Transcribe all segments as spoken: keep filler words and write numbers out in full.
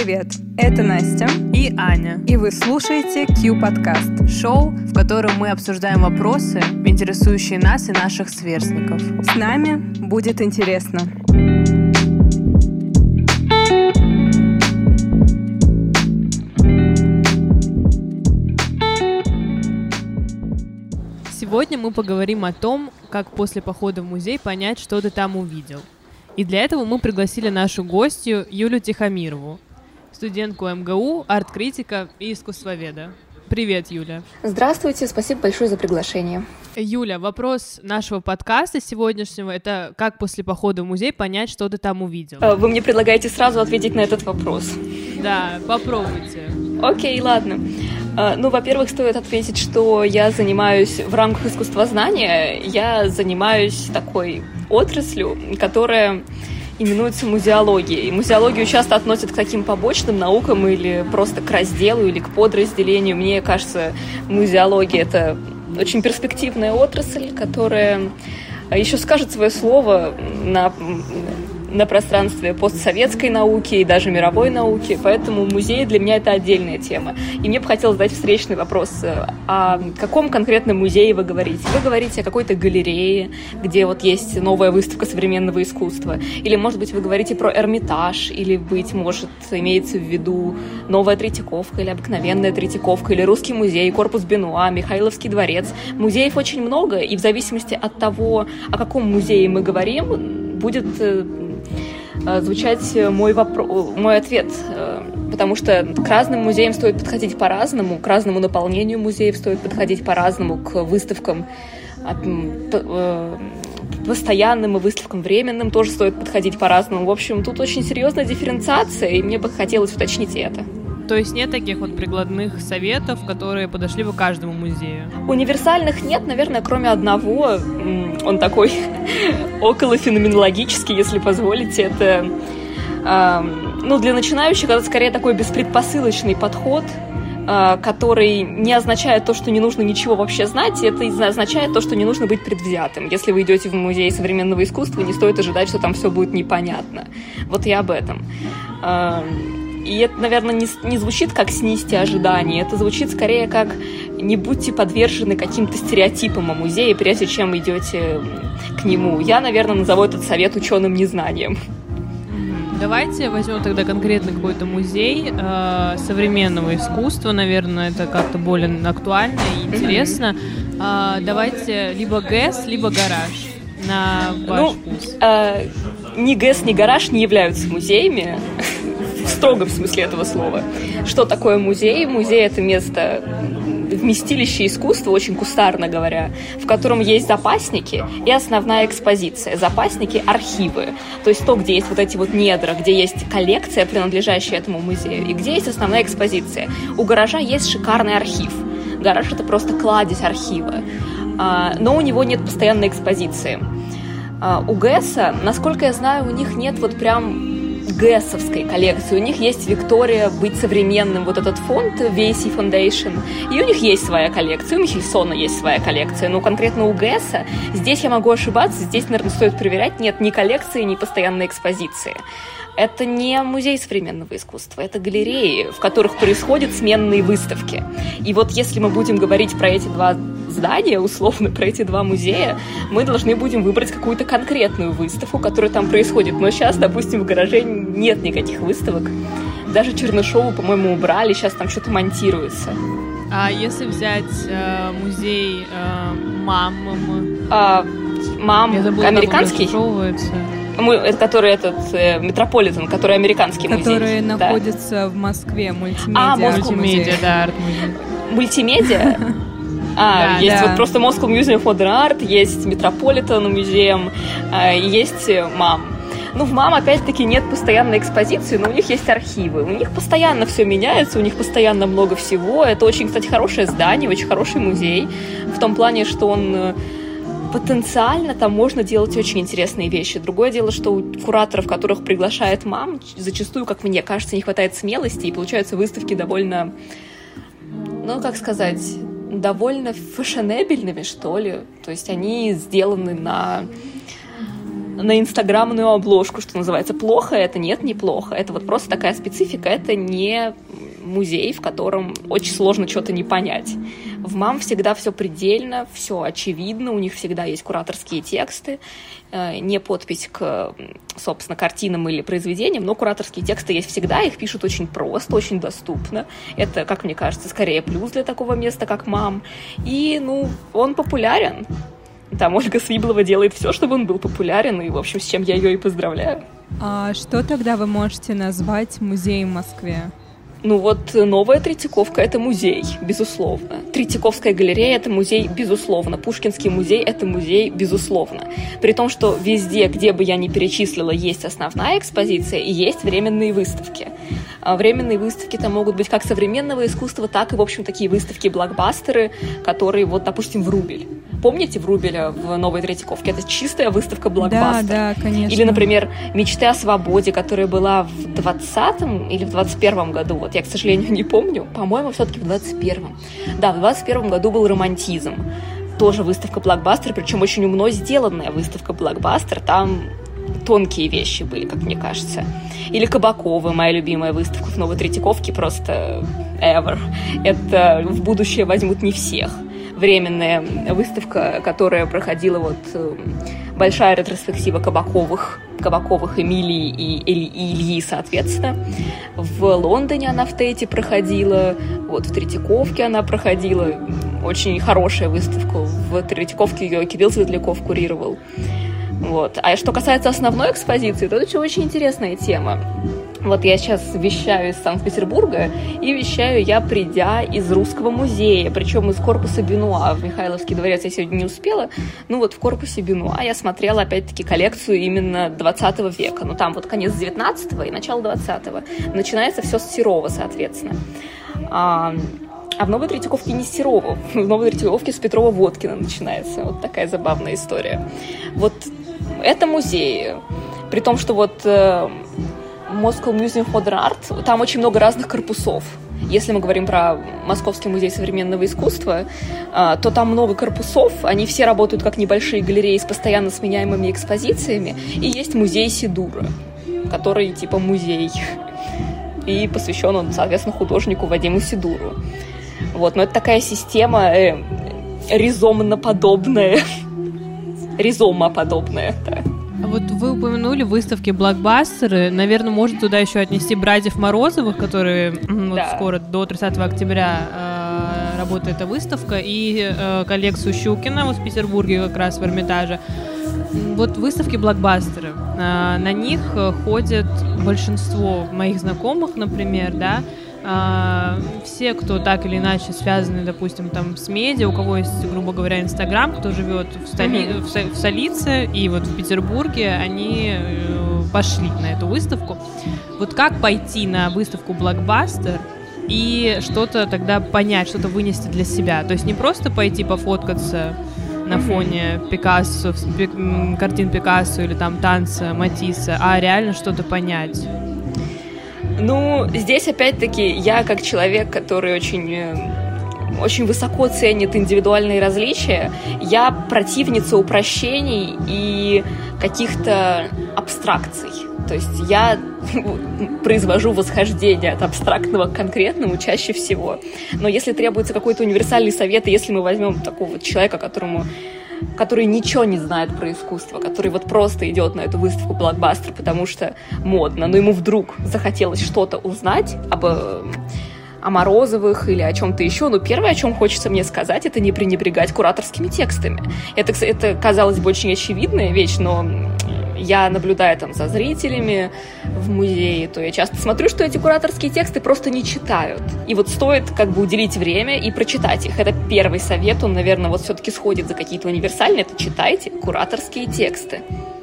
Привет, это Настя и Аня. И вы слушаете Q-подкаст, шоу, в котором мы обсуждаем вопросы, интересующие нас и наших сверстников. С нами будет интересно. Сегодня мы поговорим о том, как после похода в музей понять, что ты там увидел. И для этого мы пригласили нашу гостью Юлю Тихомирову, студентку эм гэ у, арт-критика и искусствоведа. Привет, Юля. Здравствуйте, спасибо большое за приглашение. Юля, вопрос нашего подкаста сегодняшнего — это как после похода в музей понять, что ты там увидел? Вы мне предлагаете сразу ответить на этот вопрос? Да, попробуйте. Окей, ладно. Ну, во-первых, стоит отметить, что я занимаюсь в рамках искусствознания, я занимаюсь такой отраслью, которая именуется музеологией. И музеологию часто относят к таким побочным наукам или просто к разделу, или к подразделению. Мне кажется, музеология — это очень перспективная отрасль, которая еще скажет свое слово на... на пространстве постсоветской науки и даже мировой науки, поэтому музей для меня — это отдельная тема. И мне бы хотелось задать встречный вопрос: о каком конкретном музее вы говорите? Вы говорите о какой-то галерее, где вот есть новая выставка современного искусства? Или, может быть, вы говорите про Эрмитаж? Или, быть может, имеется в виду новая Третьяковка, или обыкновенная Третьяковка, или Русский музей, корпус Бенуа, Михайловский дворец? Музеев очень много, и в зависимости от того, о каком музее мы говорим, будет звучать мой вопрос, мой ответ, потому что к разным музеям стоит подходить по-разному, к разному наполнению музеев стоит подходить по-разному, к выставкам постоянным и выставкам временным тоже стоит подходить по-разному. В общем, тут очень серьезная дифференциация, и мне бы хотелось уточнить это. То есть нет таких вот прикладных советов, которые подошли бы каждому музею? Универсальных нет, наверное, кроме одного. Он такой околофеноменологический, если позволите. Это, э, ну, для начинающих это скорее такой беспредпосылочный подход, э, который не означает то, что не нужно ничего вообще знать, это означает то, что не нужно быть предвзятым. Если вы идете в музей современного искусства, не стоит ожидать, что там все будет непонятно. Вот я об этом. Э, И это, наверное, не, не звучит как снизьте ожидания, это звучит скорее как не будьте подвержены каким-то стереотипам о музее, прежде чем идете к нему. Я, наверное, назову этот совет ученым незнанием. Давайте возьмем тогда конкретно какой-то музей э, современного искусства, наверное, это как-то более актуально и интересно. Э, давайте либо ГЭС, либо Гараж на ваш ну, вкус. Э, ни ГЭС, ни Гараж не являются музеями. В строгом смысле этого слова. Что такое музей? Музей — это место, вместилище искусства, очень кустарно говоря, в котором есть запасники и основная экспозиция. Запасники — архивы. То есть то, где есть вот эти вот недра, где есть коллекция, принадлежащая этому музею, и где есть основная экспозиция. У Гаража есть шикарный архив. Гараж — это просто кладезь архива. Но у него нет постоянной экспозиции. У ГЭСа, насколько я знаю, у них нет вот прям ГЭСовской коллекции. У них есть Виктория «Быть современным», вот этот фонд ви эй си Foundation, и у них есть своя коллекция, у Михельсона есть своя коллекция, но конкретно у ГЭСа, здесь я могу ошибаться, здесь, наверное, стоит проверять, нет ни коллекции, ни постоянной экспозиции. Это не музей современного искусства, это галереи, в которых происходят сменные выставки. И вот если мы будем говорить про эти два здания, условно, про эти два музея, мы должны будем выбрать какую-то конкретную выставку, которая там происходит. Но сейчас, допустим, в Гараже нет никаких выставок. Даже Чернышеву, по-моему, убрали, сейчас там что-то монтируется. А если взять э, музей э, мам? А, мам забыла, американский? Мы, это который этот э, Метрополитен, который американский который музей. Который находится да. в Москве, мультимедиа. А, мультимедиа, да, арт-музей. Мультимедиа? А, да, есть да. вот просто Moscow Museum of Modern Art, есть Метрополитен музеем, есть МАМ. Ну, в МАМ, опять-таки, нет постоянной экспозиции, но у них есть архивы. У них постоянно все меняется, у них постоянно много всего. Это очень, кстати, хорошее здание, очень хороший музей. В том плане, что он потенциально там можно делать очень интересные вещи. Другое дело, что у кураторов, которых приглашает МАМ, зачастую, как мне кажется, не хватает смелости, и получаются выставки довольно, ну, как сказать, довольно фashionable'ными, что ли. То есть они сделаны на на инстаграмную обложку, что называется. Плохо это? Нет, неплохо. Это вот просто такая специфика. Это не музей, в котором очень сложно что-то не понять. В МАМ всегда все предельно, все очевидно, у них всегда есть кураторские тексты, не подпись к, собственно, картинам или произведениям, но кураторские тексты есть всегда, их пишут очень просто, очень доступно. Это, как мне кажется, скорее плюс для такого места, как МАМ. И, ну, он популярен. Там Ольга Свиблова делает все, чтобы он был популярен, и, в общем, с чем я ее и поздравляю. А что тогда вы можете назвать музеем в Москве? Ну вот новая Третьяковка — это музей, безусловно. Третьяковская галерея — это музей, безусловно. Пушкинский музей — это музей, безусловно. При том, что везде, где бы я ни перечислила, есть основная экспозиция и есть временные выставки. А временные выставки там могут быть как современного искусства, так и, в общем, такие выставки-блокбастеры, которые, вот, допустим, Врубель. Помните Врубеля в новой Третьяковке? Это чистая выставка-блокбастер. Да, да, конечно. Или, например, «Мечты о свободе», которая была в двадцатом или в двадцать первом году. Вот я, к сожалению, не помню. По-моему, все-таки в двадцать первом. Да, в двадцать первом году был «Романтизм». Тоже выставка-блокбастер, причем очень умно сделанная выставка-блокбастер. Там тонкие вещи были, как мне кажется. Или Кабакова, моя любимая выставка в новой Третьяковке, просто ever. Это «В будущее возьмут не всех». Временная выставка, которая проходила вот большая ретроспектива Кабаковых, Кабаковых Эмилии и, и, и Ильи, соответственно. В Лондоне она в Тейте проходила, вот в Третьяковке она проходила. Очень хорошая выставка. В Третьяковке ее Кирилл Светляков курировал. Вот. А что касается основной экспозиции, то это еще очень интересная тема. Вот я сейчас вещаю из Санкт-Петербурга, и вещаю я, придя из Русского музея, причем из корпуса Бенуа. В Михайловский дворец я сегодня не успела, ну вот в корпусе Бенуа я смотрела, опять-таки, коллекцию именно двадцатого века. Ну там вот конец девятнадцатого и начало двадцатого. Начинается все с Серова, соответственно. А, а в Новой Третьяковке не с Серова, в Новой Третьяковке с Петрова-Водкина начинается. Вот такая забавная история. Вот это музей. При том, что вот... Moscow Museum of Modern Art, там очень много разных корпусов. Если мы говорим про Московский музей современного искусства, то там много корпусов, они все работают как небольшие галереи с постоянно сменяемыми экспозициями, и есть музей Сидура, который типа музей, и посвящен он, соответственно, художнику Вадиму Сидуру. Вот, но это такая система э, ризомноподобная, ризомоподобная, да. Вот вы упомянули выставки блокбастеры. Наверное, можно туда еще отнести братьев Морозовых, которые вот да. скоро до тридцатого октября э, работает эта выставка, и э, коллекцию Щукина вот в Петербурге как раз в Эрмитаже. Вот выставки блокбастеры. Э, на них ходят большинство моих знакомых, например, да. Uh, все, кто так или иначе связаны, допустим, там с медиа, у кого есть, грубо говоря, Инстаграм, кто живет в, столи... mm-hmm. в, со... в столице и вот в Петербурге, они э, пошли на эту выставку. Вот как пойти на выставку блокбастер и что-то тогда понять, что-то вынести для себя? То есть не просто пойти пофоткаться на фоне Пикассо, картин Пикассо или там танца Матисса, а реально что-то понять. Ну, здесь, опять-таки, я как человек, который очень, очень высоко ценит индивидуальные различия, я противница упрощений и каких-то абстракций. То есть я произвожу восхождение от абстрактного к конкретному чаще всего. Но если требуется какой-то универсальный совет, и если мы возьмем такого вот человека, которому... который ничего не знает про искусство, который вот просто идет на эту выставку блокбастер, потому что модно, но ему вдруг захотелось что-то узнать об, о Морозовых или о чем-то еще, но первое, о чем хочется мне сказать, это не пренебрегать кураторскими текстами. Это, это казалось бы, очень очевидная вещь, но я наблюдаю там за зрителями в музее, то я часто смотрю, что эти кураторские тексты просто не читают. И вот стоит как бы уделить время и прочитать их. Это первый совет, он, наверное, вот все-таки сходит за какие-то универсальные. Это читайте кураторские тексты.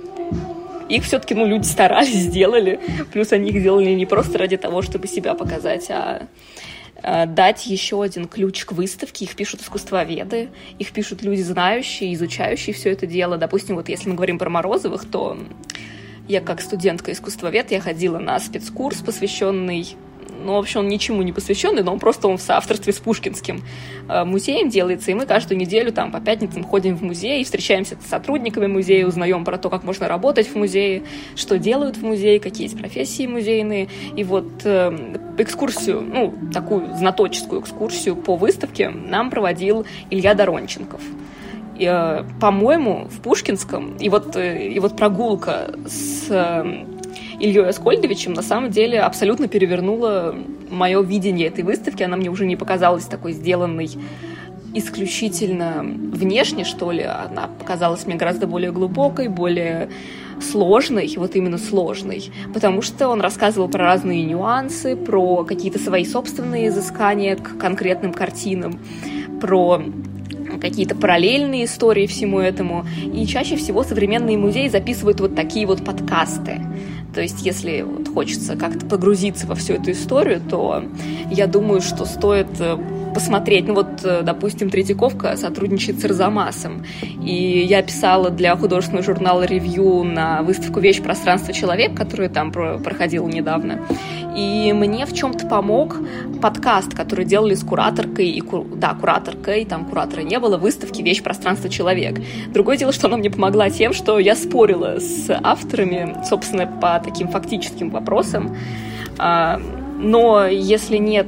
Их все-таки, ну, люди старались, сделали. Плюс они их сделали не просто ради того, чтобы себя показать, а дать еще один ключ к выставке. Их пишут искусствоведы, их пишут люди, знающие, изучающие все это дело. Допустим, вот если мы говорим про Морозовых, то я как студентка-искусствовед, я ходила на спецкурс, посвященный ну, в общем, он ничему не посвященный, но он просто он в соавторстве с Пушкинским музеем делается, и мы каждую неделю там по пятницам ходим в музей, встречаемся с сотрудниками музея, узнаем про то, как можно работать в музее, что делают в музее, какие есть профессии музейные. И вот э, экскурсию, ну, такую знаточескую экскурсию по выставке нам проводил Илья Доронченков. И, э, по-моему, в Пушкинском, и вот, э, и вот прогулка с э, Ильей Аскольдовичем на самом деле абсолютно перевернула мое видение этой выставки. Она мне уже не показалась такой сделанной исключительно внешне, что ли. Она показалась мне гораздо более глубокой, более сложной, вот именно сложной, потому что он рассказывал про разные нюансы, про какие-то свои собственные изыскания к конкретным картинам, про какие-то параллельные истории всему этому. И чаще всего современные музеи записывают вот такие вот подкасты. То есть, если вот хочется как-то погрузиться во всю эту историю, то я думаю, что стоит посмотреть. Ну вот, допустим, Третьяковка сотрудничает с Арзамасом. И я писала для художественного журнала ревью на выставку «Вещь, пространство, человек», которая там проходила недавно. И мне в чем-то помог подкаст, который делали с кураторкой, и, да, кураторкой, там куратора не было, выставки «Вещь, пространство, человек». Другое дело, что она мне помогла тем, что я спорила с авторами, собственно, по таким фактическим вопросам. Но если нет...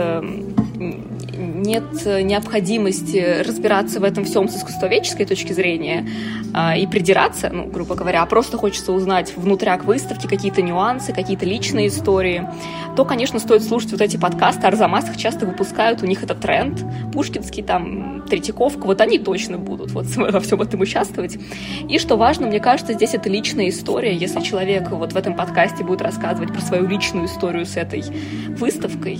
нет необходимости разбираться в этом всем с искусствоведческой точки зрения а, и придираться, ну, грубо говоря, а просто хочется узнать внутряк выставки какие-то нюансы, какие-то личные истории, то, конечно, стоит слушать вот эти подкасты. Арзамас их часто выпускают, у них это тренд. Пушкинский, там, Третьяковка, вот они точно будут вот во всем этом участвовать. И что важно, мне кажется, здесь это личная история. Если человек вот в этом подкасте будет рассказывать про свою личную историю с этой выставкой,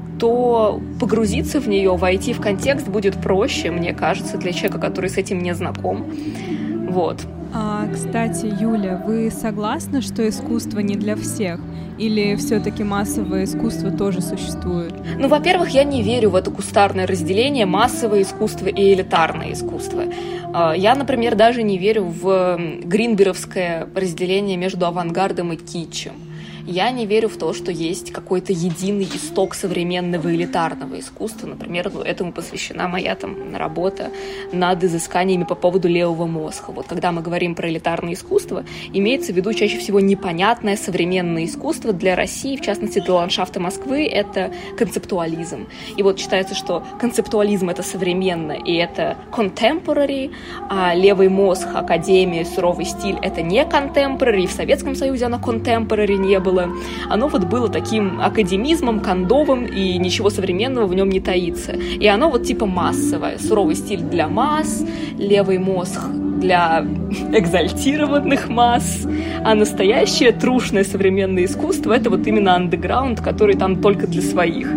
то погрузиться в нее, войти в контекст будет проще, мне кажется, для человека, который с этим не знаком. Вот. А, кстати, Юля, вы согласны, что искусство не для всех? Или все-таки массовое искусство тоже существует? Ну, во-первых, я не верю в это кустарное разделение массовое искусство и элитарное искусство. Я, например, даже не верю в гринберовское разделение между авангардом и китчем. Я не верю в то, что есть какой-то единый исток современного элитарного искусства. Например, ну, этому посвящена моя там работа над изысканиями по поводу левого мозга. Вот когда мы говорим про элитарное искусство, имеется в виду чаще всего непонятное современное искусство для России, в частности для ландшафта Москвы, это концептуализм. И вот считается, что концептуализм — это современно, и это contemporary, а левый мозг, академия, суровый стиль — это не contemporary, и в Советском Союзе оно contemporary не было. Оно вот было таким академизмом, кондовым, и ничего современного в нем не таится. И оно вот типа массовое. Суровый стиль для масс, левый мозг для экзальтированных масс, а настоящее трушное современное искусство — это вот именно андеграунд, который там только для своих.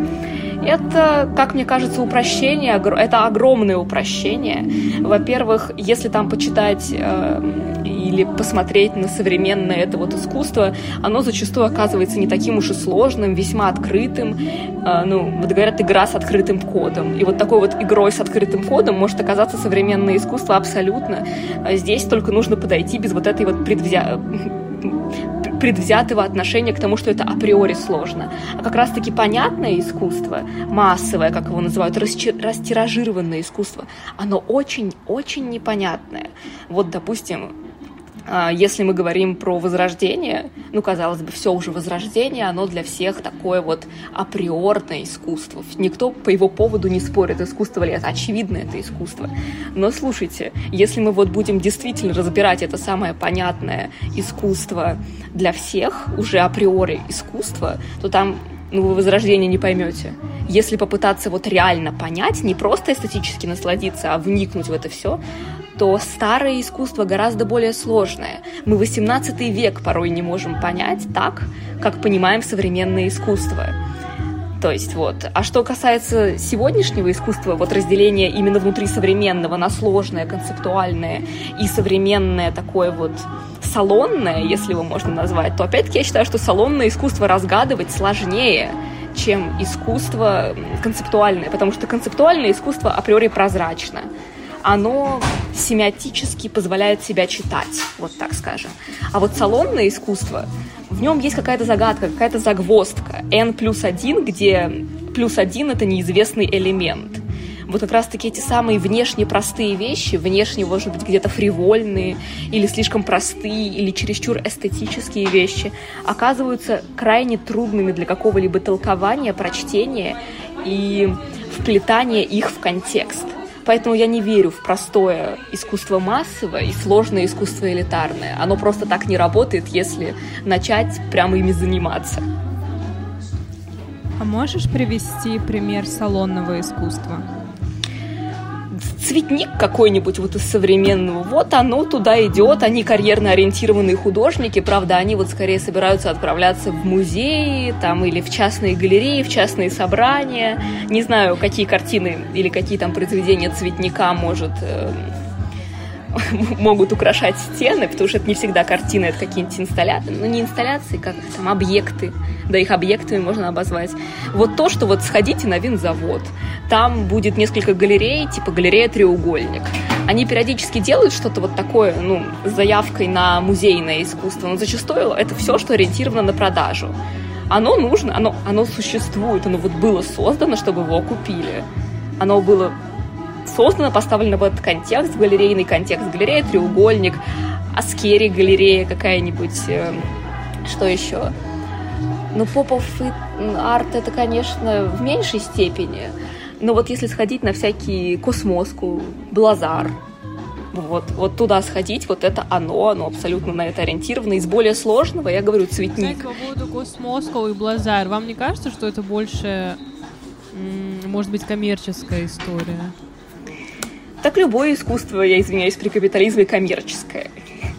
Это, как мне кажется, упрощение, это огромное упрощение. Во-первых, если там почитать э, или посмотреть на современное это вот искусство, оно зачастую оказывается не таким уж и сложным, весьма открытым. Э, ну, вот говорят, игра с открытым кодом. И вот такой вот игрой с открытым кодом может оказаться современное искусство абсолютно. Здесь только нужно подойти без вот этой вот предвзя... предвзятого отношения к тому, что это априори сложно. А как раз-таки понятное искусство, массовое, как его называют, растиражированное искусство, оно очень-очень непонятное. Вот, допустим, если мы говорим про возрождение, ну, казалось бы, все уже возрождение, оно для всех такое вот априорное искусство. Никто по его поводу не спорит, искусство ли это, очевидно, это искусство. Но слушайте, если мы вот будем действительно разбирать это самое понятное искусство для всех, уже априори искусство, то там, ну, вы возрождение не поймете. Если попытаться вот реально понять, не просто эстетически насладиться, а вникнуть в это все, то старое искусство гораздо более сложное. Мы восемнадцатый век порой не можем понять так, как понимаем современное искусство. То есть вот. А что касается сегодняшнего искусства, вот разделение именно внутри современного на сложное, концептуальное и современное такое вот салонное, если его можно назвать, то опять-таки я считаю, что салонное искусство разгадывать сложнее, чем искусство концептуальное, потому что концептуальное искусство априори прозрачно. оно семиотически позволяет себя читать, вот так скажем. А вот салонное искусство, в нем есть какая-то загадка, какая-то загвоздка. N плюс один, где плюс один — это неизвестный элемент. Вот как раз-таки эти самые внешне простые вещи, внешне, может быть, где-то фривольные, или слишком простые, или чересчур эстетические вещи, оказываются крайне трудными для какого-либо толкования, прочтения и вплетания их в контекст. Поэтому я не верю в простое искусство массовое и сложное искусство элитарное. Оно просто так не работает, если начать прямо ими заниматься. А можешь привести пример салонного искусства? Цветник какой-нибудь вот из современного, вот оно туда идет, они карьерно ориентированные художники, правда, они вот скорее собираются отправляться в музеи, там, или в частные галереи, в частные собрания, не знаю, какие картины или какие там произведения цветника может... Э- могут украшать стены, потому что это не всегда картины, это какие-нибудь инсталляции, ну не инсталляции, как там объекты, да их объектами можно обозвать. Вот то, что вот сходите на винзавод, там будет несколько галерей, типа галерея «Треугольник». Они периодически делают что-то вот такое, ну, с заявкой на музейное искусство, но зачастую это все, что ориентировано на продажу. Оно нужно, оно, оно существует, оно вот было создано, чтобы его купили. Оно было создано, поставлено в этот контекст, в галерейный контекст. Галерея «Треугольник», Аскери галерея какая-нибудь, э, что еще? Ну, поп-офф арт это, конечно, в меньшей степени, но вот если сходить на всякие Космоску, Блазар, вот, вот туда сходить, вот это оно, оно абсолютно на это ориентировано. Из более сложного, я говорю, цветник. Кстати, по поводу Космоску и Блазар, вам не кажется, что это больше, может быть, коммерческая история? Так любое искусство, я извиняюсь, при капитализме коммерческое.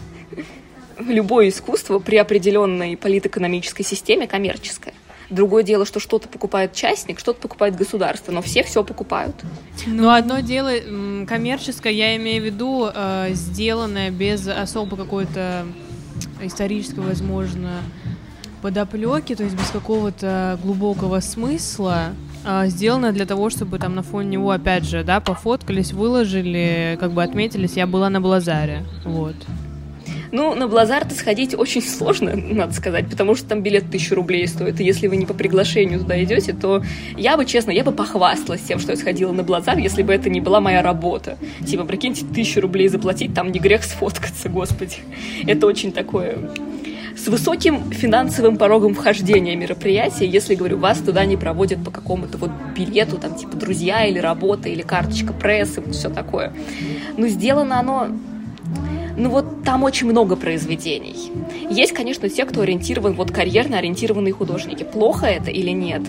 Любое искусство при определенной политэкономической системе коммерческое. Другое дело, что что-то покупает частник, что-то покупает государство, но все все покупают. Ну, одно дело коммерческое, я имею в виду, э, сделанное без особо какой-то исторической, возможно, подоплеки, то есть без какого-то глубокого смысла, э, сделано для того, чтобы там на фоне него, опять же, да, пофоткались, выложили, как бы отметились, я была на Блазаре, вот. Ну, на Блазар-то сходить очень сложно, надо сказать, потому что там билет тысячу рублей стоит, и если вы не по приглашению туда идете, то я бы, честно, я бы похвасталась тем, что я сходила на Блазар, если бы это не была моя работа. Типа, прикиньте, тысячу рублей заплатить, там не грех сфоткаться, господи. Это очень такое... С высоким финансовым порогом вхождения мероприятия, если, говорю, вас туда не проводят по какому-то вот билету, там, типа, друзья или работа, или карточка прессы, вот все такое. Но сделано оно... Ну вот там очень много произведений. Есть, конечно, те, кто ориентирован, вот карьерно ориентированные художники. Плохо это или нет?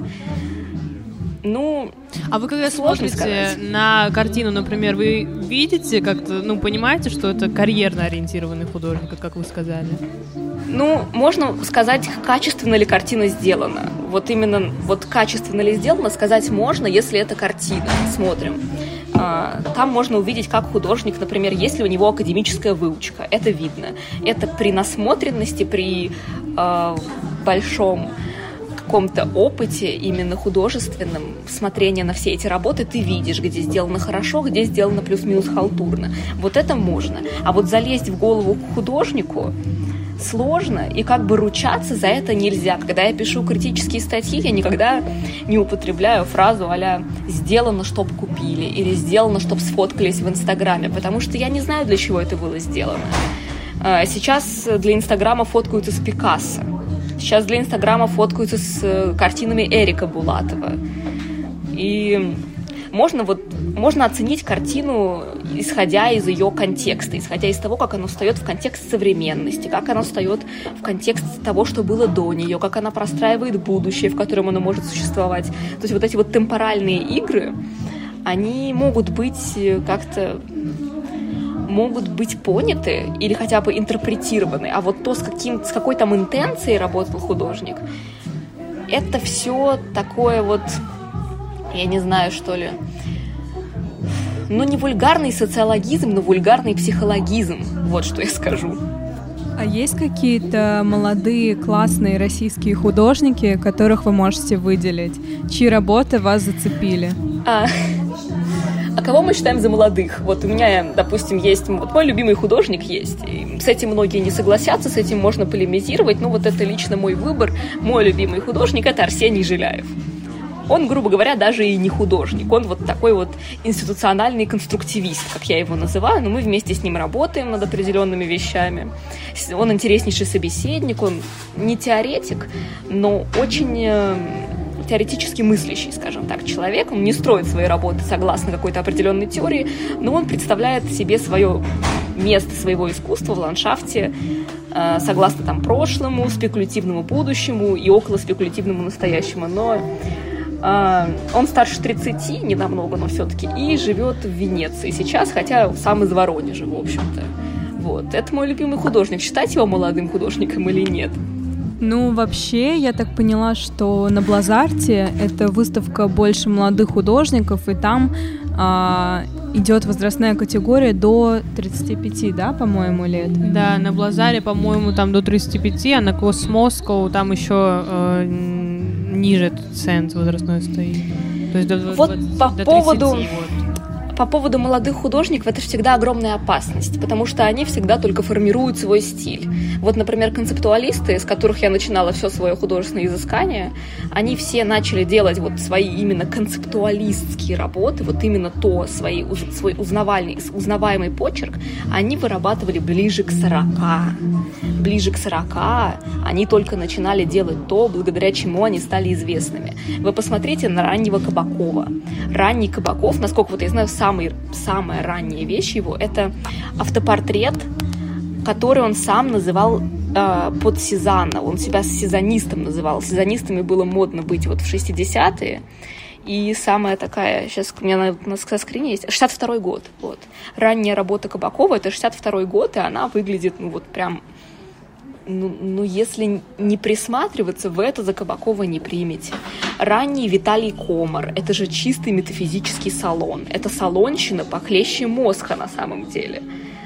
Ну, а вы когда смотрите сказать. на картину, например, вы видите как-то, ну, понимаете, что это карьерно ориентированный художник, как вы сказали? Ну, можно сказать, качественно ли картина сделана. Вот именно, вот качественно ли сделана, сказать можно, если это картина. Смотрим. Там можно увидеть, как художник, например, есть ли у него академическая выучка. Это видно. Это при насмотренности, при э, большом каком-то опыте, именно художественном, смотрения на все эти работы, ты видишь, где сделано хорошо, где сделано плюс-минус халтурно. Вот это можно. А вот залезть в голову к художнику сложно, и как бы ручаться за это нельзя. Когда я пишу критические статьи, я никогда не употребляю фразу а-ля «сделано, чтоб купили» или «сделано, чтоб сфоткались в Инстаграме», потому что я не знаю, для чего это было сделано. Сейчас для Инстаграма фоткаются с Пикассо. Сейчас для Инстаграма фоткаются с картинами Эрика Булатова. И можно, вот, можно оценить картину, исходя из ее контекста, исходя из того, как она встает в контекст современности, как она встает в контекст того, что было до нее, как она простраивает будущее, в котором она может существовать. То есть вот эти вот темпоральные игры, они могут быть как-то... могут быть поняты или хотя бы интерпретированы. А вот то, с, каким, с какой там интенцией работал художник, это все такое вот, я не знаю, что ли, ну, не вульгарный социологизм, но вульгарный психологизм. Вот что я скажу. А есть какие-то молодые, классные российские художники, которых вы можете выделить, чьи работы вас зацепили? А... А кого мы считаем за молодых? Вот у меня, допустим, есть... Вот мой любимый художник есть. И с этим многие не согласятся, с этим можно полемизировать. Но вот это лично мой выбор. Мой любимый художник — это Арсений Жиляев. Он, грубо говоря, даже и не художник. Он вот такой вот институциональный конструктивист, как я его называю. Но мы вместе с ним работаем над определенными вещами. Он интереснейший собеседник. Он не теоретик, но очень... теоретически мыслящий, скажем так, человек. Он не строит свои работы согласно какой-то определенной теории, но он представляет себе свое место своего искусства в ландшафте э, согласно там прошлому, спекулятивному будущему и около спекулятивному настоящему. Но э, он старше тридцати, не намного, но все-таки, и живет в Венеции сейчас, хотя сам из Воронежа, в общем-то. Вот. Это мой любимый художник. Считать его молодым художником или нет? Ну, вообще, я так поняла, что на Блазарте это выставка больше молодых художников, и там а, идет возрастная категория до тридцати пяти, да, по-моему, лет? Да, на Блазаре, по-моему, там до тридцати пяти, а на Космоскоу там еще э, ниже этот ценз возрастной стоит. То есть до, вот двадцати, по до поводу... тридцати, вот. По поводу молодых художников, это всегда огромная опасность, потому что они всегда только формируют свой стиль. Вот, например, концептуалисты, с которых я начинала все свое художественное изыскание, они все начали делать вот свои именно концептуалистские работы, вот именно то, свои, свой узнавальный, узнаваемый почерк, они вырабатывали ближе к сорока. Ближе к сорока они только начинали делать то, благодаря чему они стали известными. Вы посмотрите на раннего Кабакова. Ранний Кабаков, насколько вот я знаю, самый, самая ранняя вещь его — это автопортрет, который он сам называл э, под Сезанна. Он себя сезонистом называл. Сезонистами было модно быть вот в шестидесятые. И самая такая, сейчас у меня на, на скрине есть, шестьдесят второй год. Вот. Ранняя работа Кабакова — это шестьдесят второй год, и она выглядит, ну вот прям... Ну, ну, если не присматриваться, вы это за Кабакова не примете. Ранний Виталий Комар — это же чистый метафизический салон. Это салонщина похлеще мозга на самом деле.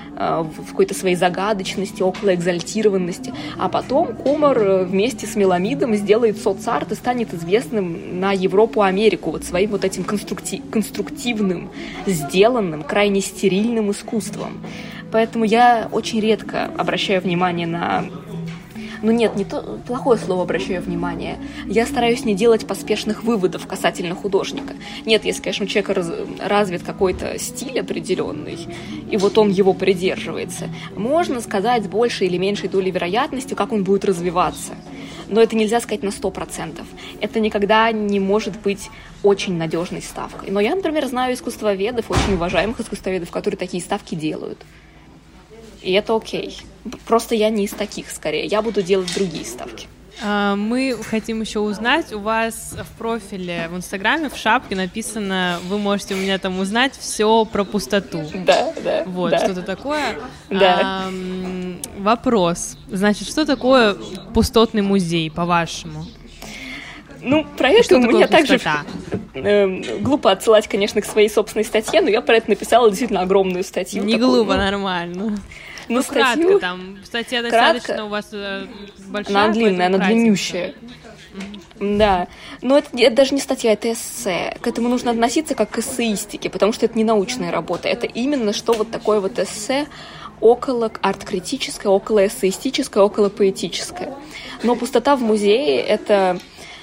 В какой-то своей загадочности, около экзальтированности. А потом Комар вместе с Меламидом сделает соцарт и станет известным на Европу, Америку вот своим вот этим конструктив, конструктивным, сделанным, крайне стерильным искусством. Поэтому я очень редко обращаю внимание на... Ну нет, не то, плохое слово обращаю внимание. Я стараюсь не делать поспешных выводов касательно художника. Нет, если, конечно, у человека раз, развит какой-то стиль определенный, и вот он его придерживается, можно сказать с большей или меньшей долей вероятности, как он будет развиваться. Но это нельзя сказать на сто процентов. Это никогда не может быть очень надежной ставкой. Но я, например, знаю искусствоведов, очень уважаемых искусствоведов, которые такие ставки делают. И это окей. Просто я не из таких, скорее. Я буду делать другие ставки. Мы хотим еще узнать, у вас в профиле в Инстаграме, в шапке написано, вы можете у меня там узнать все про пустоту. Да, да. Вот, да. что-то такое. Да. А, вопрос. Значит, что такое пустотный музей, по-вашему? Ну, про это что у меня также пустота? э, глупо отсылать, конечно, к своей собственной статье, но я про это написала действительно огромную статью. Не такую, глупо, ну, нормально. Ну, Ну, статью... кратко там. Статья достаточно кратко. У вас э, большая. Она длинная, она длиннющая. Mm-hmm. Да. Но это, это даже не статья, это эссе. К этому нужно относиться как к эссеистике, потому что это не научная работа. Это именно что вот такое вот эссе около арт-критическое, около эссеистическое, около поэтическое. Но пустота в музее — это...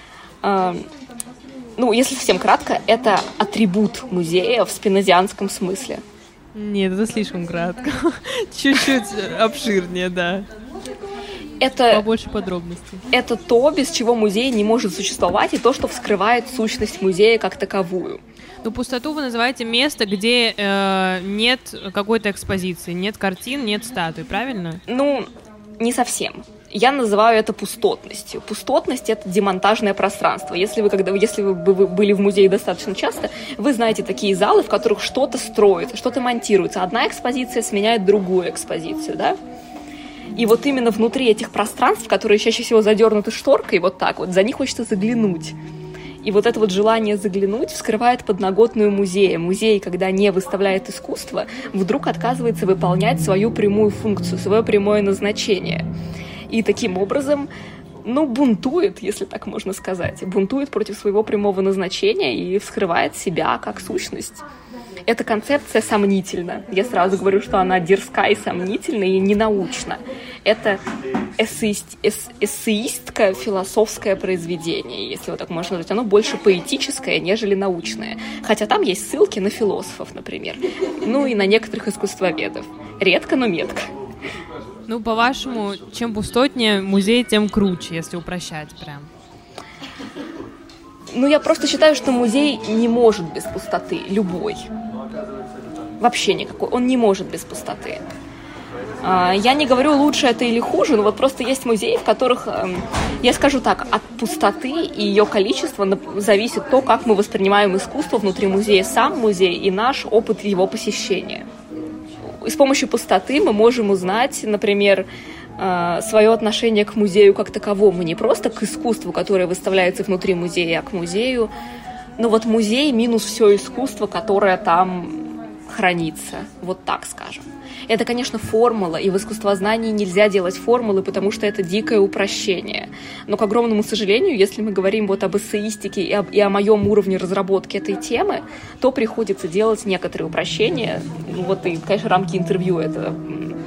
Э, ну, если совсем кратко, это атрибут музея в спинозианском смысле. Нет, это слишком кратко. Чуть-чуть обширнее, да. Это, побольше подробностей. Это то, без чего музей не может существовать, и то, что вскрывает сущность музея как таковую. Ну, пустоту вы называете место, где э, нет какой-то экспозиции, нет картин, нет статуй, правильно? Ну, не совсем. Я называю это пустотностью. Пустотность — это демонтажное пространство. Если вы, когда, если вы были в музее достаточно часто, вы знаете такие залы, в которых что-то строится, что-то монтируется. Одна экспозиция сменяет другую экспозицию, да? И вот именно внутри этих пространств, которые чаще всего задернуты шторкой, вот так вот, за них хочется заглянуть. И вот это вот желание заглянуть вскрывает подноготную музея. Музей, когда не выставляет искусство, вдруг отказывается выполнять свою прямую функцию, свое прямое назначение. И таким образом, ну, бунтует, если так можно сказать. Бунтует против своего прямого назначения и вскрывает себя как сущность. Эта концепция сомнительна. Я сразу говорю, что она дерзка и сомнительна, и ненаучна. Это эссеист, эс, эссеистское философское произведение, если вот так можно назвать. Оно больше поэтическое, нежели научное. Хотя там есть ссылки на философов, например. Ну и на некоторых искусствоведов. Редко, но метко. Ну, по-вашему, чем пустотнее музей, тем круче, если упрощать прям. Ну, я просто считаю, что музей не может без пустоты, любой. Вообще никакой. Он не может без пустоты. Я не говорю, лучше это или хуже, но вот просто есть музеи, в которых, я скажу так, от пустоты и ее количества зависит то, как мы воспринимаем искусство внутри музея, сам музей и наш опыт его посещения. И с помощью пустоты мы можем узнать, например, свое отношение к музею как таковому, не просто к искусству, которое выставляется внутри музея, а к музею. Но вот музей минус все искусство, которое там хранится, вот так скажем. Это, конечно, формула, и в искусствознании нельзя делать формулы, потому что это дикое упрощение. Но, к огромному сожалению, если мы говорим вот об эссеистике и, об, и о моем уровне разработки этой темы, то приходится делать некоторые упрощения. Ну, вот и, конечно, рамки интервью это...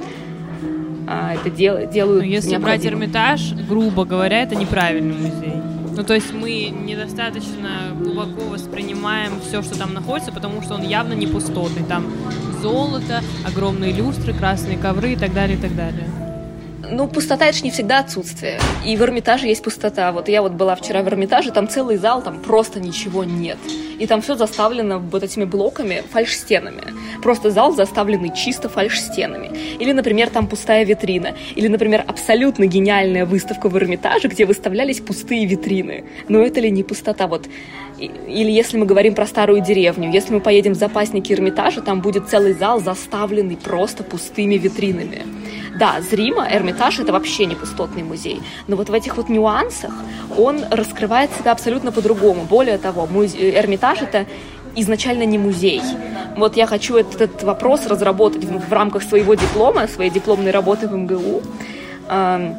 это дел, делают. Но если брать Эрмитаж, грубо говоря, это неправильный музей. Ну, то есть мы недостаточно глубоко воспринимаем все, что там находится, потому что он явно не пустотный. Там золото, огромные люстры, красные ковры и так далее, и так далее. Ну, пустота — это же не всегда отсутствие. И в Эрмитаже есть пустота. Вот я вот была вчера в Эрмитаже, там целый зал, там просто ничего нет. И там все заставлено вот этими блоками, фальш-стенами. Просто зал заставленный чисто фальш-стенами. Или, например, там пустая витрина. Или, например, абсолютно гениальная выставка в Эрмитаже, где выставлялись пустые витрины. Но это ли не пустота? Вот. Или если мы говорим про старую деревню, если мы поедем в запасники Эрмитажа, там будет целый зал, заставленный просто пустыми витринами. Да, зримо Эрмитаж — это вообще не пустотный музей, но вот в этих вот нюансах он раскрывает себя абсолютно по-другому. Более того, музе... Эрмитаж — это изначально не музей. Вот я хочу этот, этот вопрос разработать в, в рамках своего диплома, своей дипломной работы в эм гэ у. Эм,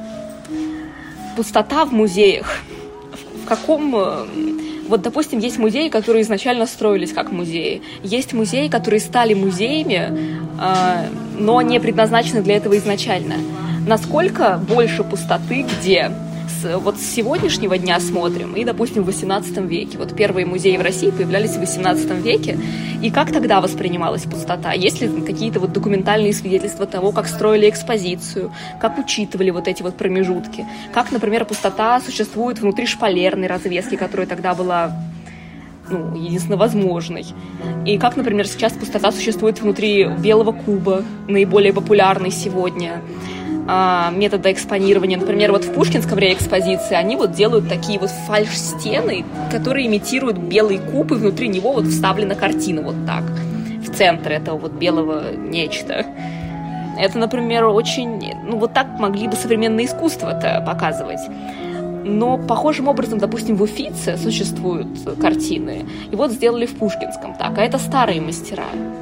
пустота в музеях. В, в каком... Вот, допустим, есть музеи, которые изначально строились как музеи. Есть музеи, которые стали музеями, э, но не предназначены для этого изначально. Насколько больше пустоты где? С, вот с сегодняшнего дня смотрим, и, допустим, в восемнадцатом веке. Вот первые музеи в России появлялись в восемнадцатом веке. И как тогда воспринималась пустота? Есть ли какие-то вот документальные свидетельства того, как строили экспозицию, как учитывали вот эти вот промежутки? Как, например, пустота существует внутри шпалерной развески, которая тогда была, ну, единственно возможной? И как, например, сейчас пустота существует внутри белого куба, наиболее популярный сегодня, метода экспонирования. Например, вот в Пушкинском реэкспозиции они вот делают такие вот фальш-стены, которые имитируют белый куб, и внутри него вот вставлена картина вот так, в центр этого вот белого нечто. Это, например, очень... Ну, вот так могли бы современное искусство-то показывать. Но похожим образом, допустим, в Уфице существуют картины, и вот сделали в Пушкинском так, а это старые мастера.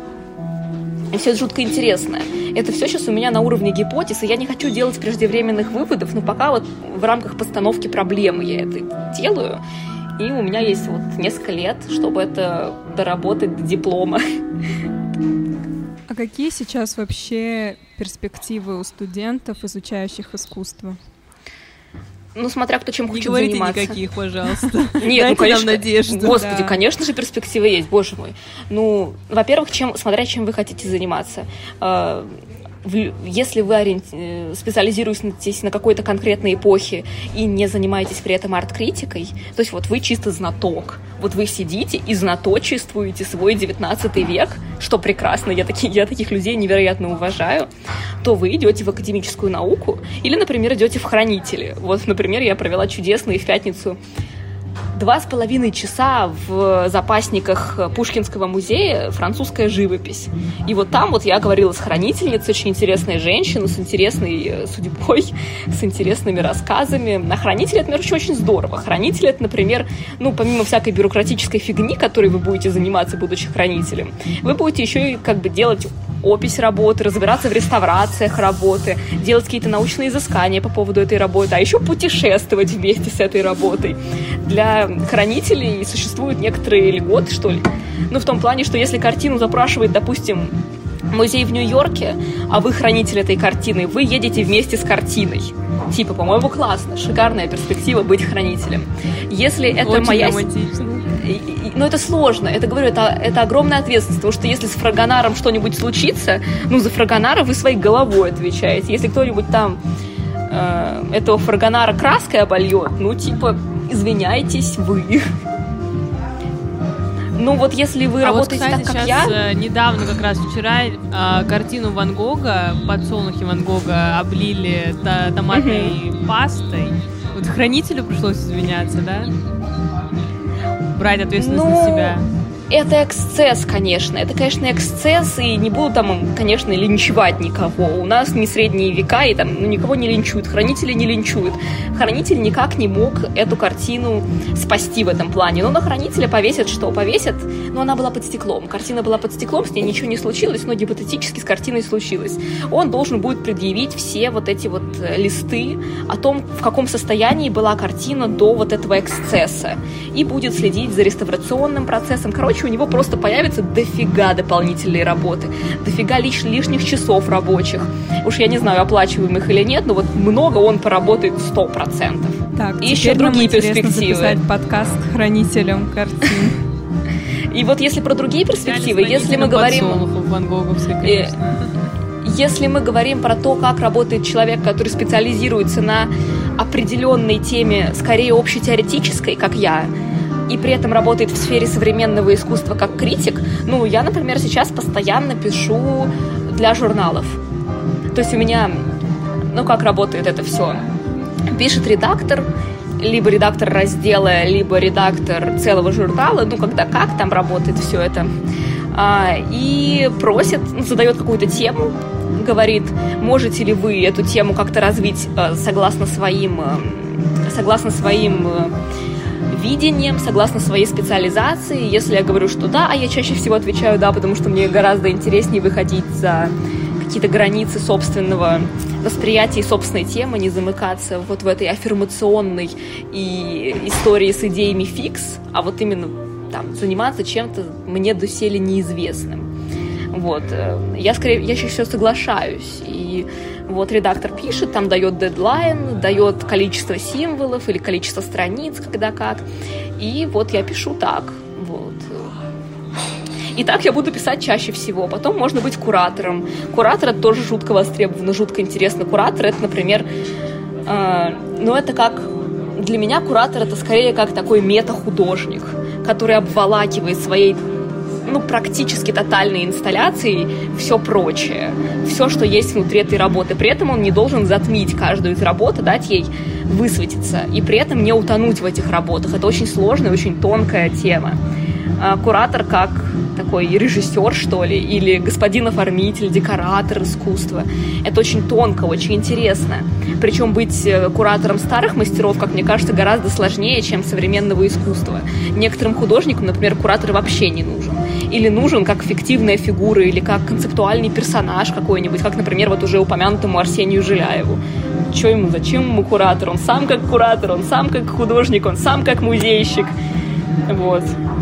И все это жутко интересно. Это все сейчас у меня на уровне гипотез, и я не хочу делать преждевременных выводов, но пока вот в рамках постановки проблемы я это делаю, и у меня есть вот несколько лет, чтобы это доработать до диплома. А какие сейчас вообще перспективы у студентов, изучающих искусство? Ну, смотря кто чем не хочет говорите заниматься. Никаких, пожалуйста. Нет, ну, конечно, надежду. Господи, да. Конечно же, перспективы есть, боже мой. Ну, во-первых, чем, смотря чем вы хотите заниматься. Если вы ориенти... специализируетесь на какой-то конкретной эпохе и не занимаетесь при этом арт-критикой, то есть вот вы чисто знаток, вот вы сидите и знаточествуете свой девятнадцатый век, что прекрасно, я, таки, я таких людей невероятно уважаю, то вы идете в академическую науку или, например, идете в хранители. Вот, например, я провела чудесные в пятницу два с половиной часа в запасниках Пушкинского музея французская живопись. И вот там вот я говорила с хранительницей, очень интересная женщина, с интересной судьбой, с интересными рассказами. На хранителе это, например, очень здорово. Хранитель — это, например, ну, помимо всякой бюрократической фигни, которой вы будете заниматься, будучи хранителем, вы будете еще и как бы делать опись работы, разбираться в реставрациях работы, делать какие-то научные изыскания по поводу этой работы, а еще путешествовать вместе с этой работой. Для хранителей существуют некоторые льготы, что ли. Ну, в том плане, что если картину запрашивает, допустим, музей в Нью-Йорке, а вы хранитель этой картины, вы едете вместе с картиной. Типа, по-моему, классно, шикарная перспектива быть хранителем. Если это очень моя... романтично. Но это сложно, это, говорю, это, это огромная ответственность, потому что если с Фрагонаром что-нибудь случится, ну, за Фрагонара вы своей головой отвечаете. Если кто-нибудь там э, этого Фрагонара краской обольет, ну, типа, извиняйтесь вы. Ну, вот если вы а работаете вот, кстати, так, как сейчас, я... недавно, как раз вчера, э, картину Ван Гога, подсолнухи Ван Гога облили та- томатной uh-huh. пастой. Вот хранителю пришлось извиняться, да? Брать ответственность ну, на себя. Это эксцесс, конечно. Это, конечно, эксцесс, и не буду там, конечно, линчевать никого. У нас не средние века, и там ну, никого не линчуют. Хранители не линчуют. Хранитель никак не мог эту картину спасти в этом плане. Но на хранителя повесят что? Повесят, но она была под стеклом. Картина была под стеклом, с ней ничего не случилось, но гипотетически с картиной случилось. Он должен будет предъявить все вот эти вот листы о том, в каком состоянии была картина до вот этого эксцесса. И будет следить за реставрационным процессом. Короче, у него просто появится дофига дополнительной работы, дофига лиш- лишних часов рабочих. Уж я не знаю, оплачиваемых или нет, но вот много он поработает сто процентов. Так, и еще другие перспективы. Записать подкаст хранителям картин. И вот если про другие перспективы, если мы говорим... Если мы говорим про то, как работает человек, который специализируется на определенной теме, скорее общетеоретической, как я, и при этом работает в сфере современного искусства как критик, ну, я, например, сейчас постоянно пишу для журналов. То есть у меня, ну, как работает это все? Пишет редактор, либо редактор раздела, либо редактор целого журнала, ну, когда как там работает все это, а, и просит, ну, задает какую-то тему, говорит, можете ли вы эту тему как-то развить а, согласно своим, а, согласно своим а, видением, согласно своей специализации. Если я говорю, что да, а я чаще всего отвечаю да, потому что мне гораздо интереснее выходить за какие-то границы собственного восприятия и собственной темы, не замыкаться вот в этой аффирмационной и истории с идеями фикс, а вот именно там заниматься чем-то мне доселе неизвестным. Вот. Я скорее, я чаще всего соглашаюсь. И вот редактор пишет, там дает дедлайн, дает количество символов или количество страниц, когда как. И вот я пишу так. Вот. И так я буду писать чаще всего. Потом можно быть куратором. Куратор — это тоже жутко востребовано, жутко интересно. Куратор — это, например, э, ну это как... Для меня куратор — это скорее как такой мета-художник, который обволакивает своей, ну, практически тотальной инсталляцией все прочее, все, что есть внутри этой работы. При этом он не должен затмить каждую из работ, дать ей высветиться, и при этом не утонуть в этих работах. Это очень сложная, очень тонкая тема. А куратор как такой режиссер, что ли, или господин оформитель, декоратор искусства. Это очень тонко, очень интересно. Причем быть куратором старых мастеров, как мне кажется, гораздо сложнее, чем современного искусства. Некоторым художникам, например, куратор вообще не нужен. Или нужен как фиктивная фигура, или как концептуальный персонаж какой-нибудь, как, например, вот уже упомянутому Арсению Жиляеву. Че ему, зачем ему куратор? Он сам как куратор, он сам как художник, он сам как музейщик. Вот.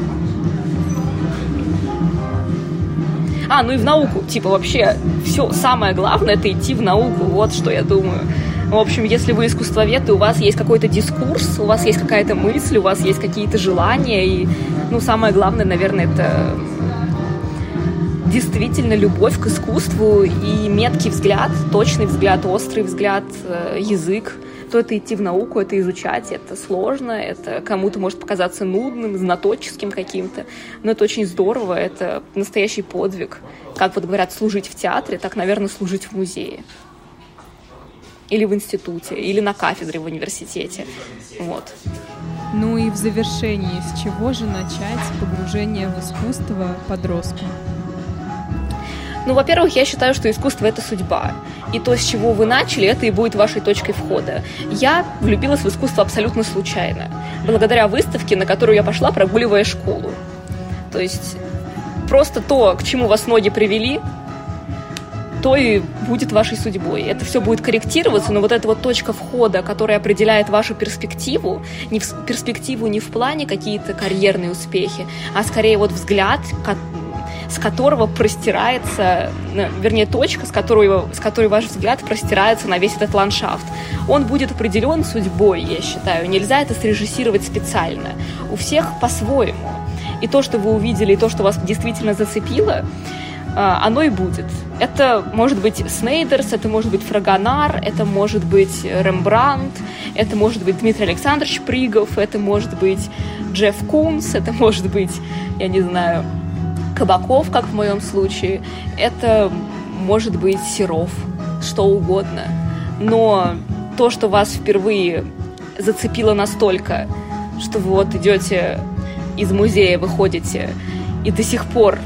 А, ну и в науку, типа, вообще, все, самое главное — это идти в науку, вот что я думаю. В общем, если вы искусствовед, и у вас есть какой-то дискурс, у вас есть какая-то мысль, у вас есть какие-то желания, и, ну, самое главное, наверное, это действительно любовь к искусству и меткий взгляд, точный взгляд, острый взгляд, язык, то это идти в науку, это изучать, это сложно, это кому-то может показаться нудным, знаточеским каким-то, но это очень здорово, это настоящий подвиг. Как вот говорят, служить в театре, так, наверное, служить в музее. Или в институте, или на кафедре в университете. Вот. Ну и в завершении, с чего же начать погружение в искусство подростку? Ну, во-первых, я считаю, что искусство — это судьба. И то, с чего вы начали, это и будет вашей точкой входа. Я влюбилась в искусство абсолютно случайно. Благодаря выставке, на которую я пошла, прогуливая школу. То есть просто то, к чему вас ноги привели, то и будет вашей судьбой. Это все будет корректироваться, но вот эта вот точка входа, которая определяет вашу перспективу, не в, перспективу не в плане какие-то карьерные успехи, а скорее вот взгляд, с которого простирается, вернее, точка, с которой, с которой ваш взгляд простирается на весь этот ландшафт. Он будет определен судьбой, я считаю. Нельзя это срежиссировать специально. У всех по-своему. И то, что вы увидели, и то, что вас действительно зацепило, оно и будет. Это может быть Снейдерс, это может быть Фрагонар, это может быть Рембрандт, это может быть Дмитрий Александрович Пригов, это может быть Джефф Кунс, это может быть, я не знаю, Кабаков, как в моем случае, это может быть Серов, что угодно. Но то, что вас впервые зацепило настолько, что вы вот идете из музея, выходите и до сих пор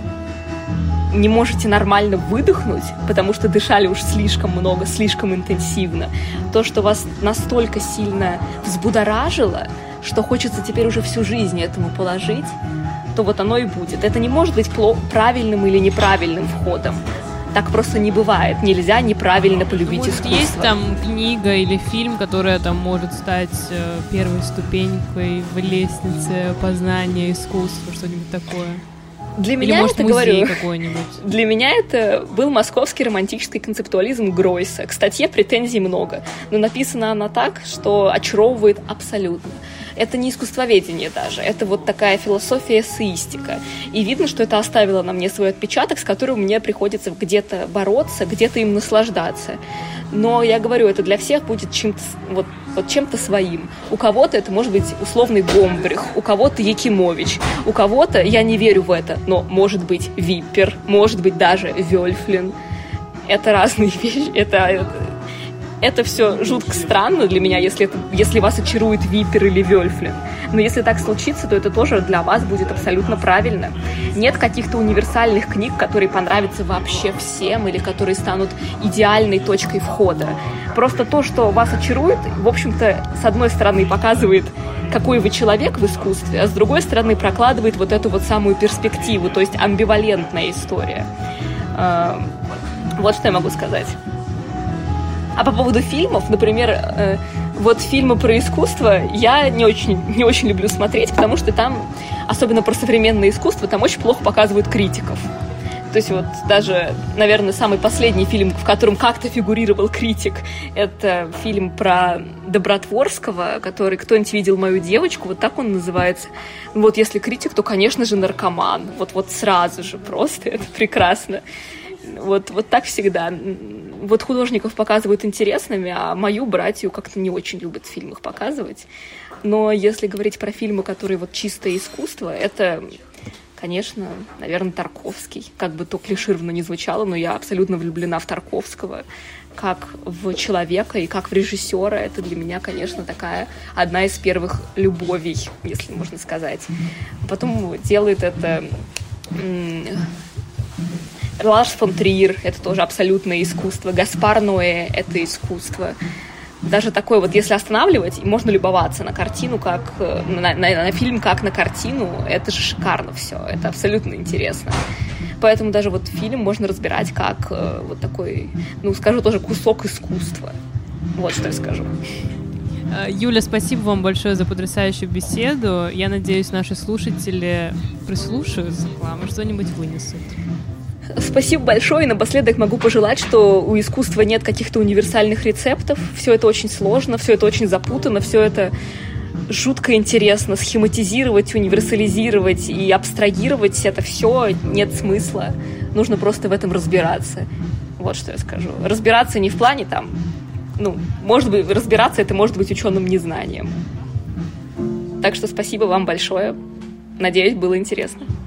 не можете нормально выдохнуть, потому что дышали уж слишком много, слишком интенсивно. То, что вас настолько сильно взбудоражило, что хочется теперь уже всю жизнь этому положить, то вот оно и будет. Это не может быть правильным или неправильным входом. Так просто не бывает. Нельзя неправильно полюбить Может, искусство. Есть там книга или фильм, которая там может стать э, первой ступенькой в лестнице познания искусства, что-нибудь такое? Для Или, меня может, это, музей говорю, какой-нибудь? Для меня это был московский романтический концептуализм Гройса. К статье претензий много, но написана она так, что очаровывает абсолютно. Это не искусствоведение даже, это вот такая философия-эссеистика. И видно, что это оставило на мне свой отпечаток, с которым мне приходится где-то бороться, где-то им наслаждаться. Но я говорю, это для всех будет чем-то, вот, вот чем-то своим. У кого-то это может быть условный Гомбрих, у кого-то Якимович, у кого-то, я не верю в это, но может быть Виппер, может быть даже Вёльфлин. Это разные вещи, это... это... Это все жутко странно для меня, если, это, если вас очарует Виппер или Вёльфлин. Но если так случится, то это тоже для вас будет абсолютно правильно. Нет каких-то универсальных книг, которые понравятся вообще всем или которые станут идеальной точкой входа. Просто то, что вас очарует, в общем-то, с одной стороны показывает, какой вы человек в искусстве, а с другой стороны прокладывает вот эту вот самую перспективу, то есть амбивалентная история. Вот что я могу сказать. А по поводу фильмов, например, э, вот фильмы про искусство я не очень, не очень люблю смотреть, потому что там, особенно про современное искусство, там очень плохо показывают критиков. То есть вот даже, наверное, самый последний фильм, в котором как-то фигурировал критик, это фильм про Добротворского, который «Кто-нибудь видел мою девочку», вот так он называется. Вот если критик, то, конечно же, наркоман. Вот, вот сразу же просто, это прекрасно. Вот, вот так всегда. Вот художников показывают интересными, а мою братью как-то не очень любят в фильмах показывать. Но если говорить про фильмы, которые вот чистое искусство, это, конечно, наверное, Тарковский. Как бы то клишированно не звучало, но я абсолютно влюблена в Тарковского как в человека и как в режиссера. Это для меня, конечно, такая одна из первых любовей, если можно сказать. Потом делает это... Ларс фон Триер — это тоже абсолютное искусство. Гаспар Ноэ — это искусство. Даже такое вот, если останавливать, можно любоваться на картину, как на, на, на фильм, как на картину. Это же шикарно все. Это абсолютно интересно. Поэтому даже вот фильм можно разбирать как э, вот такой, ну, скажу тоже, кусок искусства. Вот что я скажу. Юля, спасибо вам большое за потрясающую беседу. Я надеюсь, наши слушатели прислушаются к вам и что-нибудь вынесут. Спасибо большое, и напоследок могу пожелать, что у искусства нет каких-то универсальных рецептов, все это очень сложно, все это очень запутанно, все это жутко интересно, схематизировать, универсализировать и абстрагировать это все нет смысла, нужно просто в этом разбираться, вот что я скажу. Разбираться не в плане там, ну, может быть, разбираться это может быть ученым незнанием. Так что спасибо вам большое, надеюсь, было интересно.